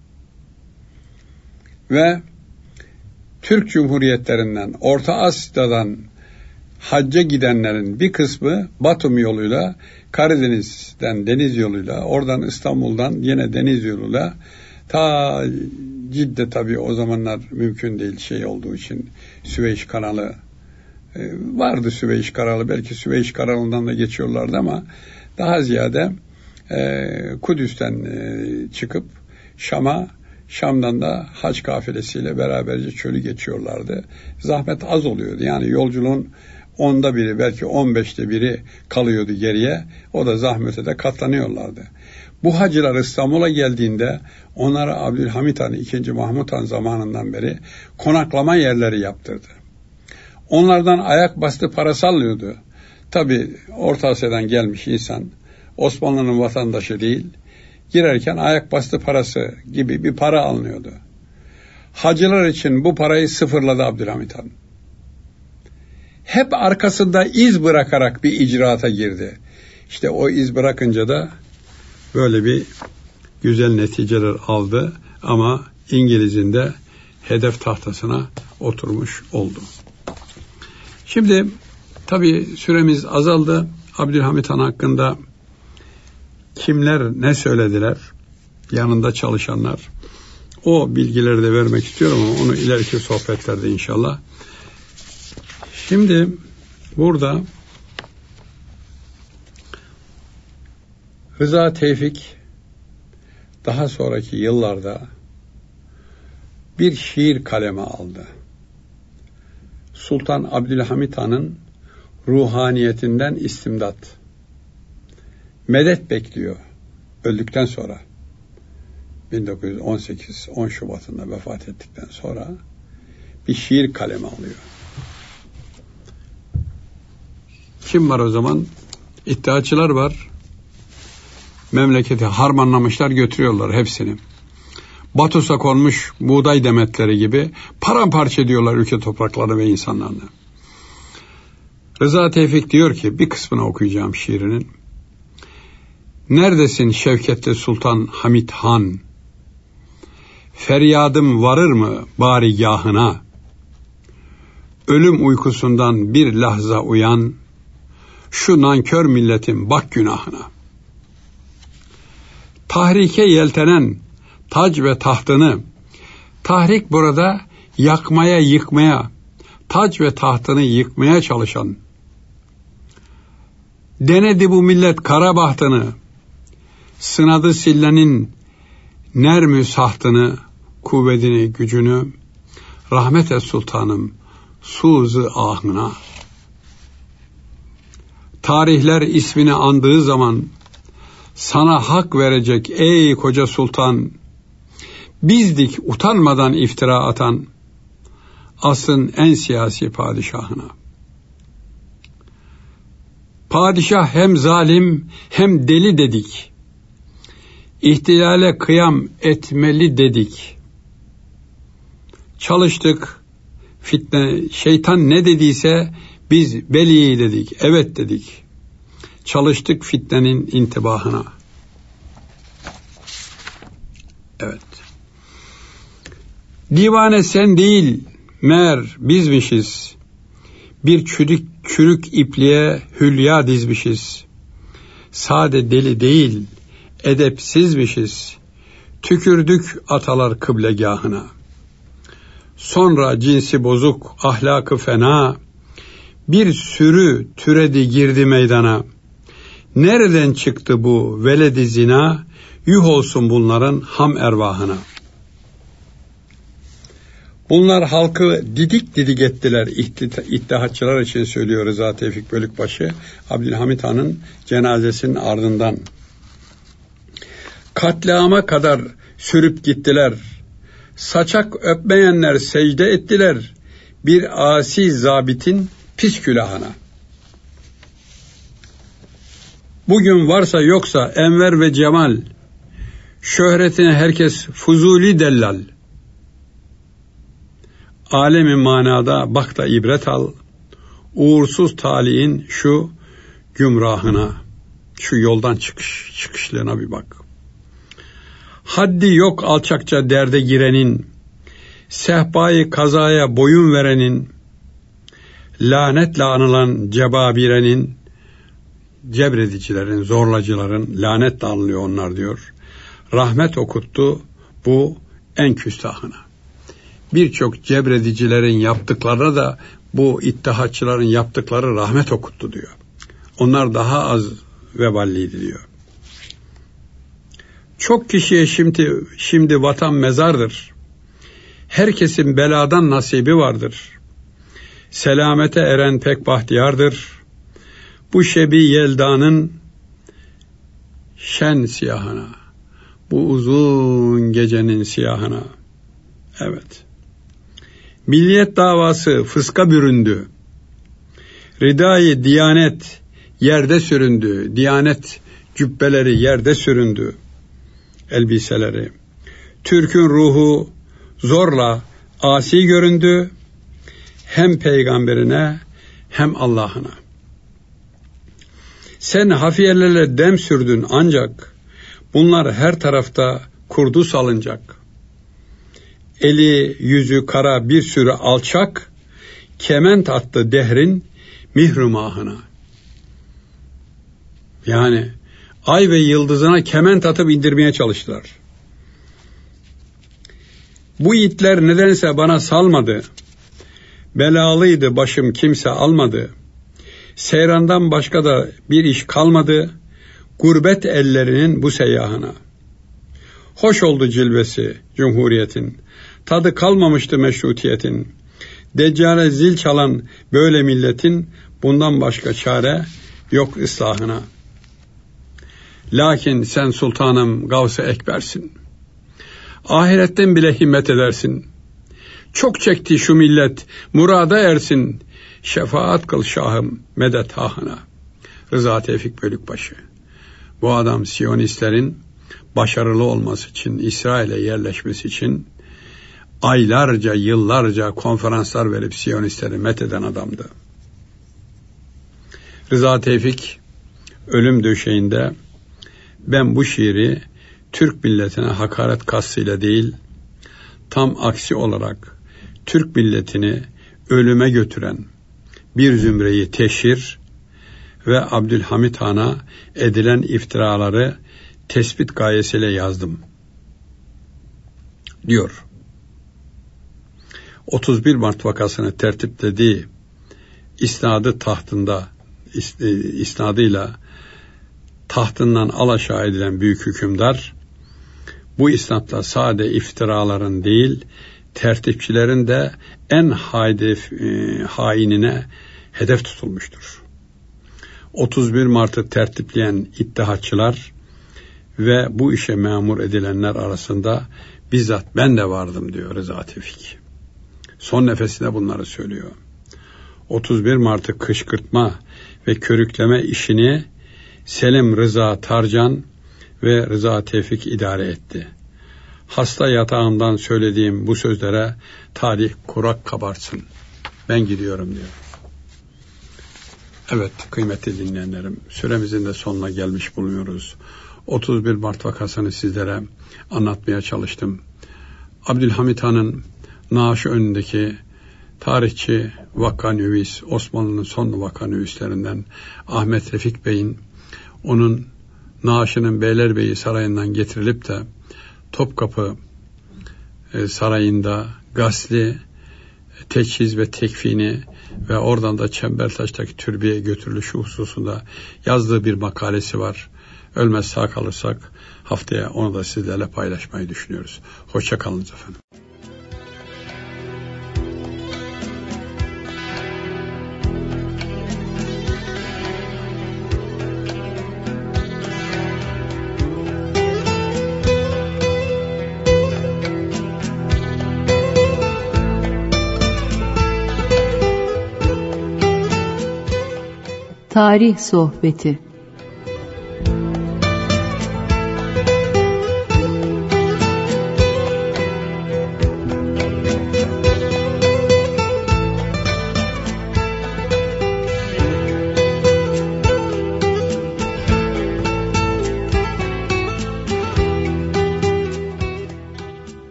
Ve Türk Cumhuriyetlerinden, Orta Asya'dan hacca gidenlerin bir kısmı Batum yoluyla, Karadeniz'den deniz yoluyla, oradan İstanbul'dan yine deniz yoluyla ta Cidde, tabii o zamanlar mümkün değil şey olduğu için Süveyş kanalı e, vardı, Süveyş kanalı, belki Süveyş kanalından da geçiyorlardı ama daha ziyade e, Kudüs'ten e, çıkıp Şam'a, Şam'dan da hac kafilesiyle beraberce çölü geçiyorlardı. Zahmet az oluyordu. Yani yolculuğun onda biri, belki on beşte biri kalıyordu geriye. O da zahmete de katlanıyorlardı. Bu hacılar İstanbul'a geldiğinde onlara Abdülhamit Han, ikinci Mahmud Han zamanından beri konaklama yerleri yaptırdı. Onlardan ayak bastı para sallıyordu. Tabii Orta Asya'dan gelmiş insan, Osmanlı'nın vatandaşı değil, girerken ayak bastı parası gibi bir para alınıyordu. Hacılar için bu parayı sıfırladı Abdülhamit Han. Hep arkasında iz bırakarak bir icraata girdi. İşte o iz bırakınca da böyle bir güzel neticeler aldı ama İngiliz'in de hedef tahtasına oturmuş oldu. Şimdi tabii süremiz azaldı. Abdülhamit Han hakkında kimler ne söylediler? Yanında çalışanlar. O bilgileri de vermek istiyorum ama onu ileriki sohbetlerde inşallah. Şimdi burada Rıza Tevfik daha sonraki yıllarda bir şiir kaleme aldı. Sultan Abdülhamit Han'ın ruhaniyetinden istimdat. Medet bekliyor öldükten sonra. bin dokuz yüz on sekiz on Şubat'ında vefat ettikten sonra bir şiir kaleme alıyor. Kim var o zaman? İddiaçılar var. memleketi harmanlamışlar, götürüyorlar hepsini. Batos'a konmuş buğday demetleri gibi paramparça ediyorlar ülke topraklarını ve insanlarını. Rıza Tevfik diyor ki, bir kısmını okuyacağım şiirinin. Neredesin Şevketli Sultan Hamid Han? Feryadım varır mı barigahına? Ölüm uykusundan bir lahza uyan, şu nankör milletin bak günahına. Tahrike yeltenen tac ve tahtını, tahrik burada yakmaya, yıkmaya, tac ve tahtını yıkmaya çalışan, denedi bu millet kara bahtını, sınadı sillenin nermü sahtını, kuvvetini, gücünü, rahmet et sultanım, suz-ı ahına. Tarihler ismini andığı zaman, sana hak verecek ey koca sultan, bizdik utanmadan iftira atan, asrın en siyasi padişahına. Padişah hem zalim hem deli dedik, ihtilale kıyam etmeli dedik. Çalıştık, fitne, şeytan ne dediyse biz beli dedik, evet dedik. Çalıştık fitnenin intibahına. Evet. Divane sen değil, meğer bizmişiz. Bir çürük, çürük ipliğe hülya dizmişiz. Sade deli değil, edepsizmişiz. Tükürdük atalar kıblegahına. Sonra cinsi bozuk, ahlakı fena, bir sürü türedi girdi meydana. Nereden çıktı bu veledi zina? Yuh olsun bunların ham ervahına. Bunlar halkı didik didik ettiler. İttihatçılar için söylüyor Rıza Tevfik Bölükbaşı, Abdülhamit Han'ın cenazesinin ardından. Katliama kadar sürüp gittiler. Saçak öpmeyenler secde ettiler. Bir asi zabitin pis külahına. Bugün varsa yoksa enver ve cemal, şöhretine herkes fuzuli dellal. Alemi manada bak da ibret al, uğursuz talihin şu gümrahına, şu yoldan çıkış, çıkışlarına bir bak. Haddi yok alçakça derde girenin, sehpayı kazaya boyun verenin, lanetle anılan cebabirenin, cebredicilerin, zorlacıların lanetle anılıyor onlar diyor. Rahmet okuttu bu en küstahına. Birçok cebredicilerin yaptıklarına da bu ittihatçıların yaptıkları rahmet okuttu diyor. Onlar daha az veballiydi diyor. Çok kişiye şimdi, şimdi vatan mezardır. Herkesin beladan nasibi vardır. Selamete eren pek bahtiyardır. Bu şebi yeldanın şen siyahına, bu uzun gecenin siyahına. Evet. Milliyet davası fıska büründü. Ridayı diyanet yerde süründü. Diyanet cübbeleri yerde süründü. Elbiseleri. Türk'ün ruhu zorla asi göründü. Hem peygamberine hem Allah'ına. Sen hafiyelerle dem sürdün ancak bunlar her tarafta kurdu salınacak. Eli yüzü kara bir sürü alçak kement attı dehrin mihrumahına. Yani ay ve yıldızına kement atıp indirmeye çalıştılar. Bu itler nedense bana salmadı. Belalıydı başım kimse almadı. Seyrandan başka da bir iş kalmadı. Gurbet ellerinin bu seyyahına. Hoş oldu cilvesi cumhuriyetin. Tadı kalmamıştı meşrutiyetin. Deccale zil çalan böyle milletin bundan başka çare yok ıslahına. Lakin sen sultanım Gavs-ı Ekber'sin. Ahiretten bile himmet edersin. Çok çekti şu millet, murada ersin. Şefaat kıl şahım medet hahına. Rıza Tevfik Bölükbaşı. Bu adam Siyonistlerin başarılı olması için, İsrail'e yerleşmesi için aylarca, yıllarca konferanslar verip Siyonistleri metheden adamdı. Rıza Tevfik ölüm döşeğinde ben bu şiiri Türk milletine hakaret kastıyla değil, tam aksi olarak Türk milletini ölüme götüren bir zümreyi teşhir ve Abdülhamit Han'a edilen iftiraları tespit gayesiyle yazdım, diyor. otuz bir Mart vakasını tertiplediği isnadı tahtında, isnadıyla tahtından alaşağı edilen büyük hükümdar, bu isnatla sade iftiraların değil, tertipçilerin de en hedef, e, hainine hedef tutulmuştur. otuz bir Mart'ı tertipleyen İttihatçılar ve bu işe memur edilenler arasında bizzat ben de vardım, diyor Rıza Tevfik. Son nefesinde bunları söylüyor. otuz bir Mart'ı kışkırtma ve körükleme işini Selim Rıza Tarcan ve Rıza Tevfik idare etti. Hasta yatağımdan söylediğim bu sözlere tarih kurak kabarsın. Ben gidiyorum, diyor. Evet kıymetli dinleyenlerim, süremizin de sonuna gelmiş bulunuyoruz. otuz bir Mart vakasını sizlere anlatmaya çalıştım. Abdülhamit Han'ın naaşı önündeki tarihçi vakanüvis, Osmanlı'nın son vakanüvislerinden Ahmet Refik Bey'in onun naaşının Beylerbeyi Sarayı'ndan getirilip de Topkapı e, Sarayı'nda gasli, teçhiz ve tekfini ve oradan da Çembertaş'taki türbeye götürülüşü hususunda yazdığı bir makalesi var. Ölmez sağ kalırsak haftaya onu da sizlerle paylaşmayı düşünüyoruz. Hoşça kalınız efendim. Tarih Sohbeti.